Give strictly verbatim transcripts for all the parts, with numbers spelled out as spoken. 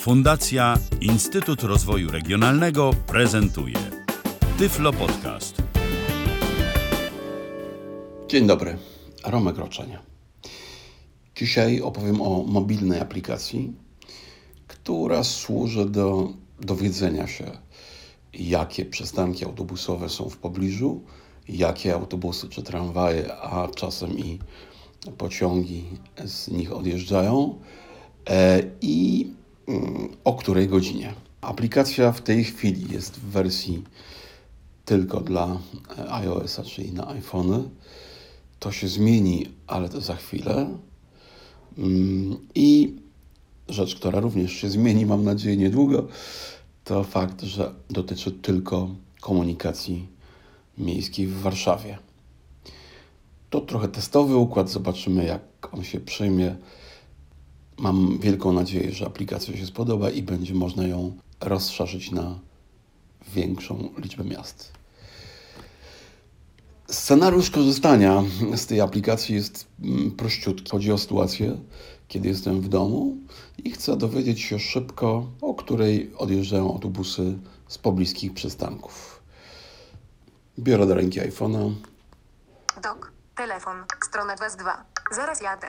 Fundacja Instytut Rozwoju Regionalnego prezentuje Tyflo Podcast. Dzień dobry, Romek Roczenia. Dzisiaj opowiem o mobilnej aplikacji, która służy do dowiedzenia się, jakie przystanki autobusowe są w pobliżu, jakie autobusy czy tramwaje, a czasem i pociągi z nich odjeżdżają i o której godzinie. Aplikacja w tej chwili jest w wersji tylko dla iOS-a, czyli na iPhony. To się zmieni, ale to za chwilę. I rzecz, która również się zmieni, mam nadzieję, niedługo, to fakt, że dotyczy tylko komunikacji miejskiej w Warszawie. To trochę testowy układ, zobaczymy, jak on się przyjmie. Mam wielką nadzieję, że aplikacja się spodoba i będzie można ją rozszerzyć na większą liczbę miast. Scenariusz korzystania z tej aplikacji jest prościutki. Chodzi o sytuację, kiedy jestem w domu i chcę dowiedzieć się szybko, o której odjeżdżają autobusy z pobliskich przystanków. Biorę do ręki iPhone'a. Dok, telefon, strona dwa z dwa. Zaraz jadę.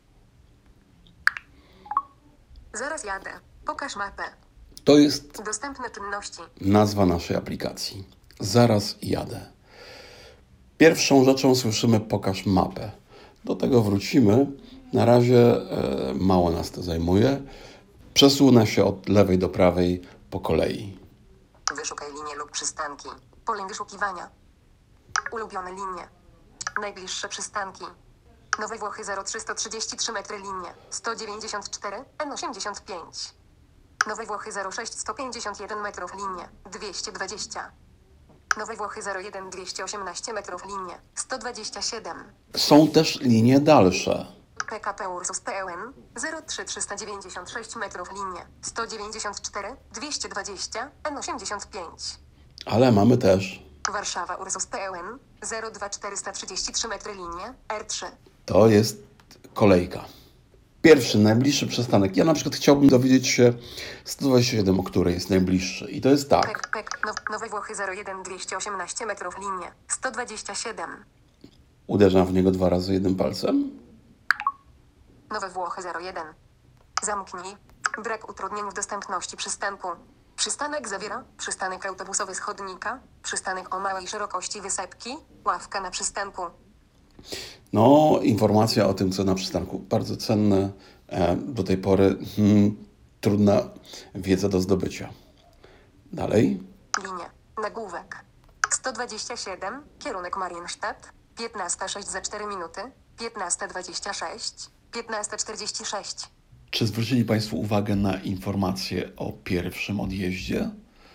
Zaraz jadę. Pokaż mapę. To jest Dostępne czynności. nazwa naszej aplikacji. Zaraz jadę. Pierwszą rzeczą słyszymy pokaż mapę. Do tego wrócimy. Na razie e, mało nas to zajmuje. Przesunę się od lewej do prawej po kolei. Wyszukaj linie lub przystanki. Pole wyszukiwania. Ulubione linie. Najbliższe przystanki. Nowe Włochy zero trzysta trzydzieści trzy metry linie. sto dziewięćdziesiąt cztery, N osiemdziesiąt pięć. Nowe Włochy zero sześć sto pięćdziesiąt jeden metrów linie. dwieście dwadzieścia. Nowe Włochy zero jeden dwieście osiemnaście metrów linie. sto dwadzieścia siedem. Są też linie dalsze. P K P Ursus P L N zero trzy trzysta dziewięćdziesiąt sześć metrów linie. sto dziewięćdziesiąt cztery, dwieście dwadzieścia, N osiemdziesiąt pięć. Ale mamy też. Warszawa Ursus P L N zero dwa czterysta trzydzieści trzy metry linie. R trzy. To jest kolejka. Pierwszy, najbliższy przystanek. Ja na przykład chciałbym dowiedzieć się sto dwadzieścia siedem, o której jest najbliższy. I to jest tak. Pek, pek, now, Nowe Włochy zero jeden dwieście osiemnaście metrów linie. sto dwadzieścia siedem. Uderzam w niego dwa razy jednym palcem. Nowe Włochy zero jeden. Zamknij. Brak utrudnień w dostępności przystanku. Przystanek zawiera przystanek autobusowy z chodnika, przystanek o małej szerokości wysepki, ławka na przystanku. No, informacja o tym, co na przystanku. Bardzo cenne. E, do tej pory hmm, trudna wiedza do zdobycia. Dalej. Linie. Nagłówek. sto dwadzieścia siedem. Kierunek Marienstadt. piętnasta sześć za cztery minuty. piętnasta dwadzieścia sześć. piętnasta czterdzieści sześć. Czy zwrócili Państwo uwagę na informację o pierwszym odjeździe?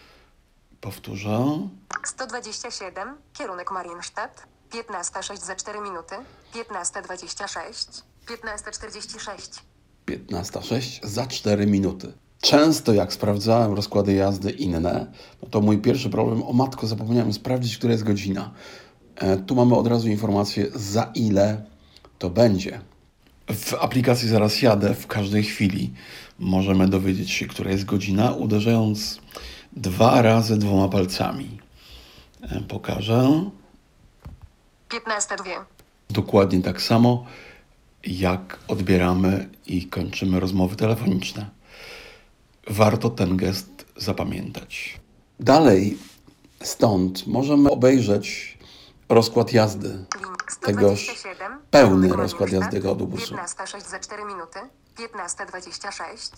Powtórzę. sto dwadzieścia siedem. Kierunek Marienstadt. piętnasta sześć za cztery minuty. piętnasta dwadzieścia sześć. piętnasta czterdzieści sześć. piętnasta sześć za cztery minuty. Często jak sprawdzałem rozkłady jazdy inne, no to mój pierwszy problem, o matko, zapomniałem sprawdzić, która jest godzina. E, tu mamy od razu informację, za ile to będzie. W aplikacji Zaraz jadę w każdej chwili możemy dowiedzieć się, która jest godzina, uderzając dwa razy dwoma palcami. E, pokażę. piętnasta dwie. Dokładnie tak samo, jak odbieramy i kończymy rozmowy telefoniczne. Warto ten gest zapamiętać. Dalej, stąd możemy obejrzeć rozkład jazdy. Tegoż pełny rozkład jazdy tego autobusu. piętnasta sześć za cztery minuty. piętnasta dwadzieścia sześć.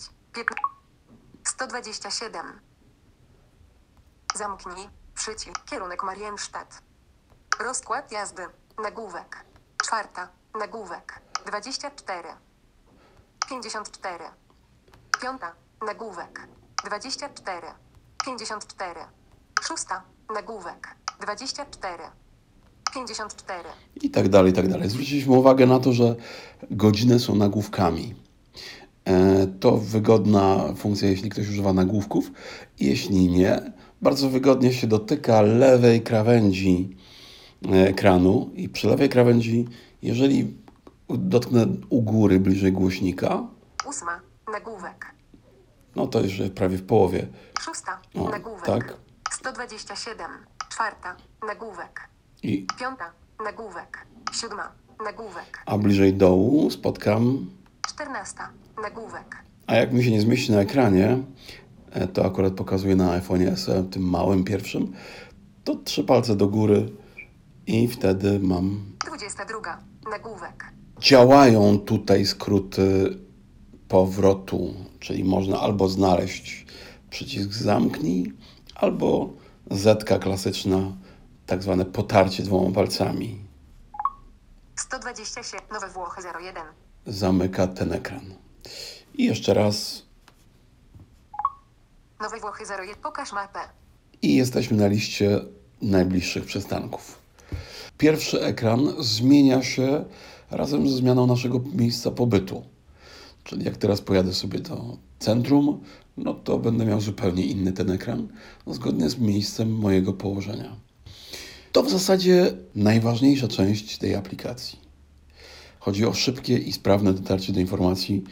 sto dwadzieścia siedem. Zamknij. Przycisk. Kierunek Marienstadt. Rozkład jazdy. Nagłówek. Czwarta. Nagłówek. dwadzieścia cztery. pięćdziesiąt cztery. Piąta. Nagłówek. dwadzieścia cztery. pięćdziesiąt cztery. Szósta. Nagłówek. dwadzieścia cztery. pięćdziesiąt cztery. I tak dalej, i tak dalej. Zwróciliśmy uwagę na to, że godziny są nagłówkami. E, to wygodna funkcja, jeśli ktoś używa nagłówków. Jeśli nie, bardzo wygodnie się dotyka lewej krawędzi ekranu i przy lewej krawędzi, jeżeli dotknę u góry bliżej głośnika. Ósma. Nagłówek. No to już prawie w połowie. Szósta. O, Nagłówek. tak. sto dwadzieścia siedem. Czwarta. Nagłówek. I, Piąta. Nagłówek. Siódma. Nagłówek. a bliżej dołu spotkam... Czternasta. Nagłówek. A jak mi się nie zmieści na ekranie, e, to akurat pokazuję na iPhone'ie S E, tym małym, pierwszym, to trzy palce do góry i wtedy mam... Dwudziesta druga. Nagłówek. Działają tutaj skróty powrotu, czyli można albo znaleźć przycisk zamknij, albo zetka klasyczna, tak zwane potarcie dwoma palcami. sto dwadzieścia siedem. Nowe Włochy zero jeden. Zamyka ten ekran. I jeszcze raz. Nowe Włochy zero jeden. Pokaż mapę. I jesteśmy na liście najbliższych przystanków. Pierwszy ekran zmienia się razem ze zmianą naszego miejsca pobytu. Czyli jak teraz pojadę sobie do centrum, no to będę miał zupełnie inny ten ekran, zgodnie z miejscem mojego położenia. To w zasadzie najważniejsza część tej aplikacji. Chodzi o szybkie i sprawne dotarcie do informacji,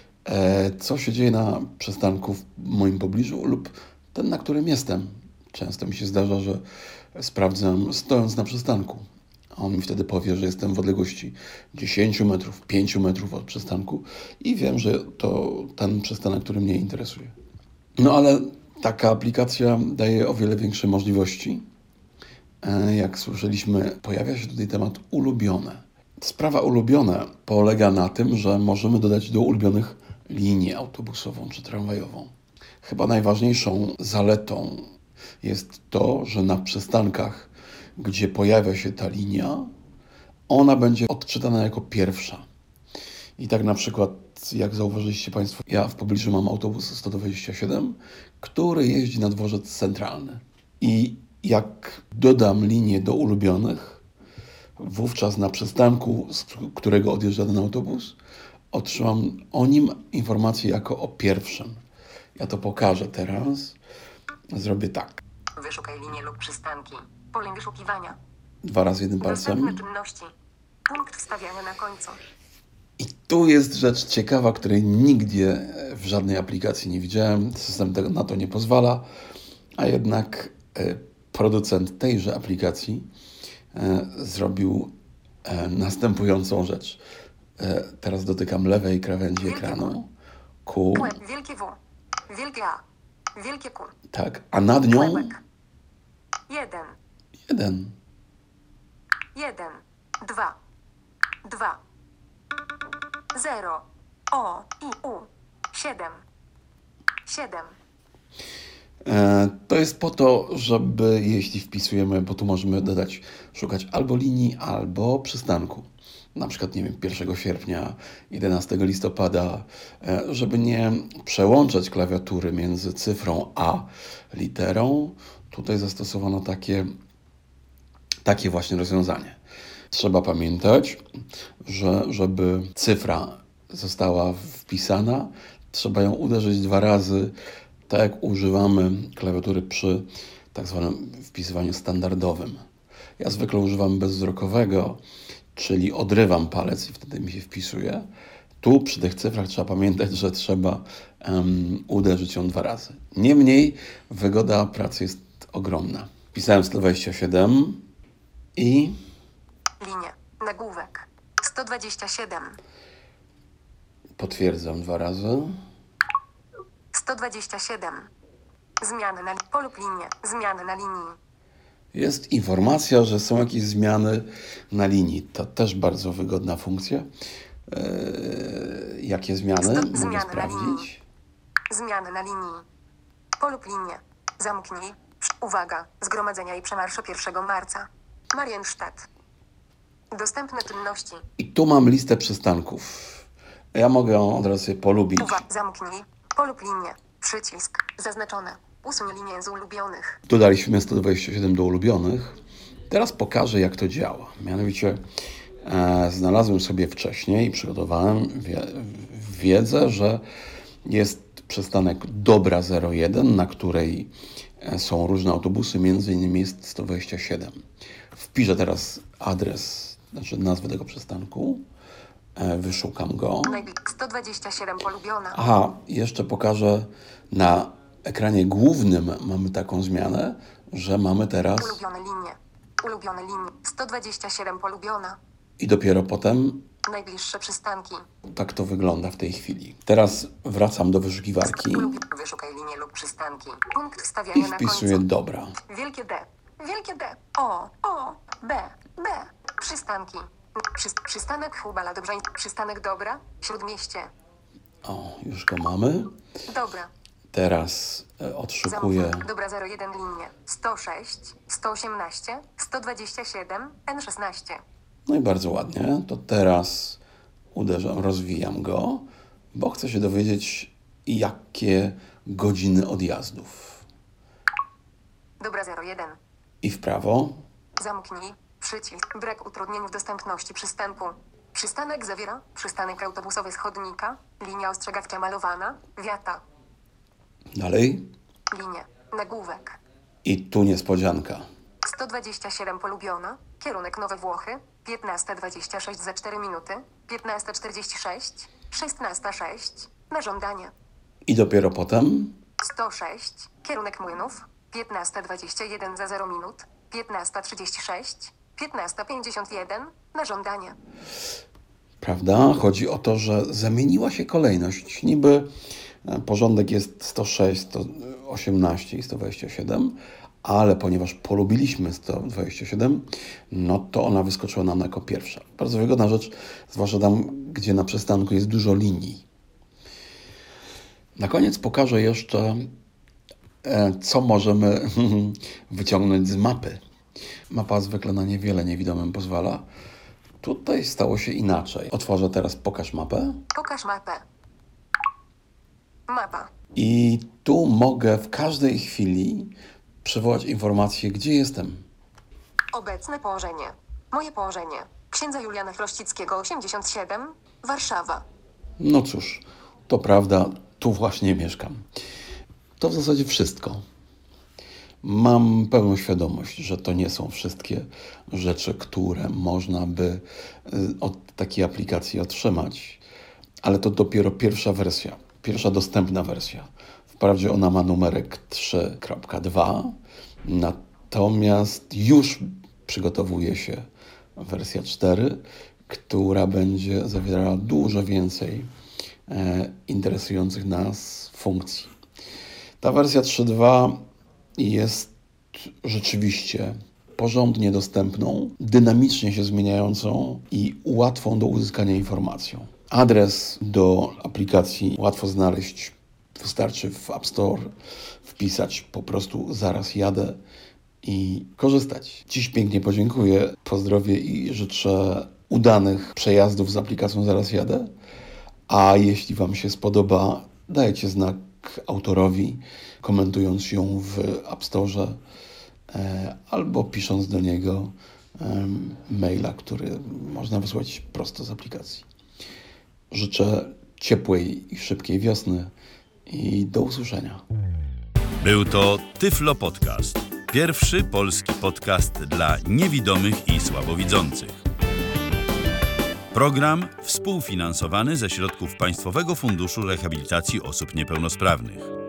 e, co się dzieje na przystanku w moim pobliżu lub ten, na którym jestem. Często mi się zdarza, że sprawdzam stojąc na przystanku. A on mi wtedy powie, że jestem w odległości dziesięć metrów, pięć metrów od przystanku i wiem, że to ten przystanek, który mnie interesuje. No ale taka aplikacja daje o wiele większe możliwości. E, jak słyszeliśmy, pojawia się tutaj temat ulubione. Sprawa ulubione polega na tym, że możemy dodać do ulubionych linię autobusową czy tramwajową. Chyba najważniejszą zaletą jest to, że na przystankach, gdzie pojawia się ta linia, ona będzie odczytana jako pierwsza. I tak na przykład, jak zauważyliście Państwo, ja w pobliżu mam autobus sto dwadzieścia siedem, który jeździ na dworzec centralny. I jak dodam linię do ulubionych, wówczas na przystanku, z którego odjeżdża ten autobus, otrzymam o nim informację jako o pierwszym. Ja to pokażę teraz. Zrobię tak. Wyszukaj linię lub przystanki. Pole wyszukiwania. Dwa razy jednym palcem. Dostępne czynności. Punkt wstawiania na końcu. I tu jest rzecz ciekawa, której nigdzie w żadnej aplikacji nie widziałem. System tego na to nie pozwala, a jednak e, producent tejże aplikacji e, zrobił e, następującą rzecz. E, teraz dotykam lewej krawędzi Wielkie ekranu. Q. Łeb, wielkie W. Wielkie A. Wielkie Q. Tak, a nad nią Łebek. Jeden. jeden. Jeden. Dwa. Dwa. Zero. O. I. U. Siedem. Siedem. E, to jest po to, żeby jeśli wpisujemy, bo tu możemy dodać, szukać albo linii, albo przystanku. Na przykład, nie wiem, pierwszego sierpnia, jedenastego listopada, e, żeby nie przełączać klawiatury między cyfrą a literą. Tutaj zastosowano takie, takie właśnie rozwiązanie. Trzeba pamiętać, że żeby cyfra została wpisana, trzeba ją uderzyć dwa razy, tak jak używamy klawiatury przy tak zwanym wpisywaniu standardowym. Ja zwykle używam bezwzrokowego, czyli odrywam palec i wtedy mi się wpisuje. Tu przy tych cyfrach trzeba pamiętać, że trzeba um, uderzyć ją dwa razy. Niemniej wygoda pracy jest ogromna. Wpisałem sto dwadzieścia siedem i... Linie. Nagłówek. sto dwadzieścia siedem. Potwierdzam dwa razy. sto dwadzieścia siedem. Zmiany na polub linię. Zmiany na linii. Jest informacja, że są jakieś zmiany na linii. To też bardzo wygodna funkcja. Eee, jakie zmiany? Sto- Mogę zmiany na sprawdzić. Zmiany na linii. Polub linię. Zamknij. Uwaga. Zgromadzenia i przemarsze pierwszego marca. Marienstadt. Dostępne czynności. I tu mam listę przystanków. Ja mogę ją od razu sobie polubić. Uwaga. Zamknij. Polub linię. Przycisk. Zaznaczone. Usuń linię z ulubionych. Dodaliśmy sto dwadzieścia siedem do ulubionych. Teraz pokażę, jak to działa. Mianowicie e, znalazłem sobie wcześniej i przygotowałem wie, wiedzę, że jest przystanek Dobra zero jeden, na której są różne autobusy, między innymi jest sto dwadzieścia siedem. Wpiszę teraz adres, znaczy nazwę tego przystanku E, wyszukam go. sto dwadzieścia siedem polubiona. Aha, jeszcze pokażę na ekranie głównym mamy taką zmianę, że mamy teraz Ulubione linie. Ulubione linie. sto dwadzieścia siedem polubiona. i dopiero potem Najbliższe przystanki. tak to wygląda w tej chwili. Teraz wracam do wyszukiwarki Ulubi- Wyszukaj linie lub przystanki. Punkt i stawiania na wpisuję końcu. dobra. Wielkie D. Wielkie D. O. O. B. B. Przystanki. Przy, przystanek Hubala Dobrzańska. Przystanek Dobra. Śródmieście. O, już go mamy. Dobra. Teraz e, odszukuję. Zamówienie. Dobra zero jeden linie. sto sześć. sto osiemnaście. sto dwadzieścia siedem. N szesnaście. No i bardzo ładnie. To teraz uderzam, rozwijam go, bo chcę się dowiedzieć, jakie godziny odjazdów. Dobra zero jeden. I w prawo. Zamknij. Przycisk. Brak utrudnień w dostępności przystępu. Przystanek zawiera przystanek autobusowy z chodnika, linia ostrzegawcza malowana, wiata, Dalej. linie, nagłówek. I tu niespodzianka. sto dwadzieścia siedem polubiona, kierunek Nowe Włochy, piętnasta dwadzieścia sześć za cztery minuty, piętnasta czterdzieści sześć, szesnasta sześć, na żądanie. I dopiero potem sto sześć, kierunek Młynów, piętnasta dwadzieścia jeden za zero minut, piętnasta trzydzieści sześć, piętnasta pięćdziesiąt jeden, na żądanie. prawda? Chodzi o to, że zamieniła się kolejność. Niby porządek jest sto sześć, sto osiemnaście i sto dwadzieścia siedem, ale ponieważ polubiliśmy sto dwadzieścia siedem, no to ona wyskoczyła nam jako pierwsza. Bardzo wygodna rzecz, zwłaszcza tam, gdzie na przystanku jest dużo linii. Na koniec pokażę jeszcze, co możemy wyciągnąć z mapy. Mapa zwykle na niewiele niewidomym pozwala. Tutaj stało się inaczej. Otworzę teraz Pokaż mapę. Pokaż mapę. Mapa. I tu mogę w każdej chwili przywołać informację, gdzie jestem. Obecne położenie. Moje położenie. Księdza Juliana Chrościckiego, osiemdziesiąt siedem, Warszawa. No cóż, to prawda, tu właśnie mieszkam. To w zasadzie wszystko. Mam pełną świadomość, że to nie są wszystkie rzeczy, które można by od takiej aplikacji otrzymać, ale to dopiero pierwsza wersja, pierwsza dostępna wersja. Wprawdzie ona ma numerek trzy kropka dwa, natomiast już przygotowuje się wersja cztery, która będzie zawierała dużo więcej e, interesujących nas funkcji. Ta wersja trzy kropka dwa jest rzeczywiście porządnie dostępną, dynamicznie się zmieniającą i łatwą do uzyskania informacją. Adres do aplikacji łatwo znaleźć. Wystarczy w App Store wpisać po prostu Zaraz jadę i korzystać. Dziś pięknie podziękuję, pozdrowię i życzę udanych przejazdów z aplikacją Zaraz jadę. A jeśli Wam się spodoba, dajcie znak autorowi, komentując ją w App Store e, albo pisząc do niego e, maila, który można wysłać prosto z aplikacji. Życzę ciepłej i szybkiej wiosny i do usłyszenia. Był to Tyflo Podcast. Pierwszy polski podcast dla niewidomych i słabowidzących. Program współfinansowany ze środków Państwowego Funduszu Rehabilitacji Osób Niepełnosprawnych.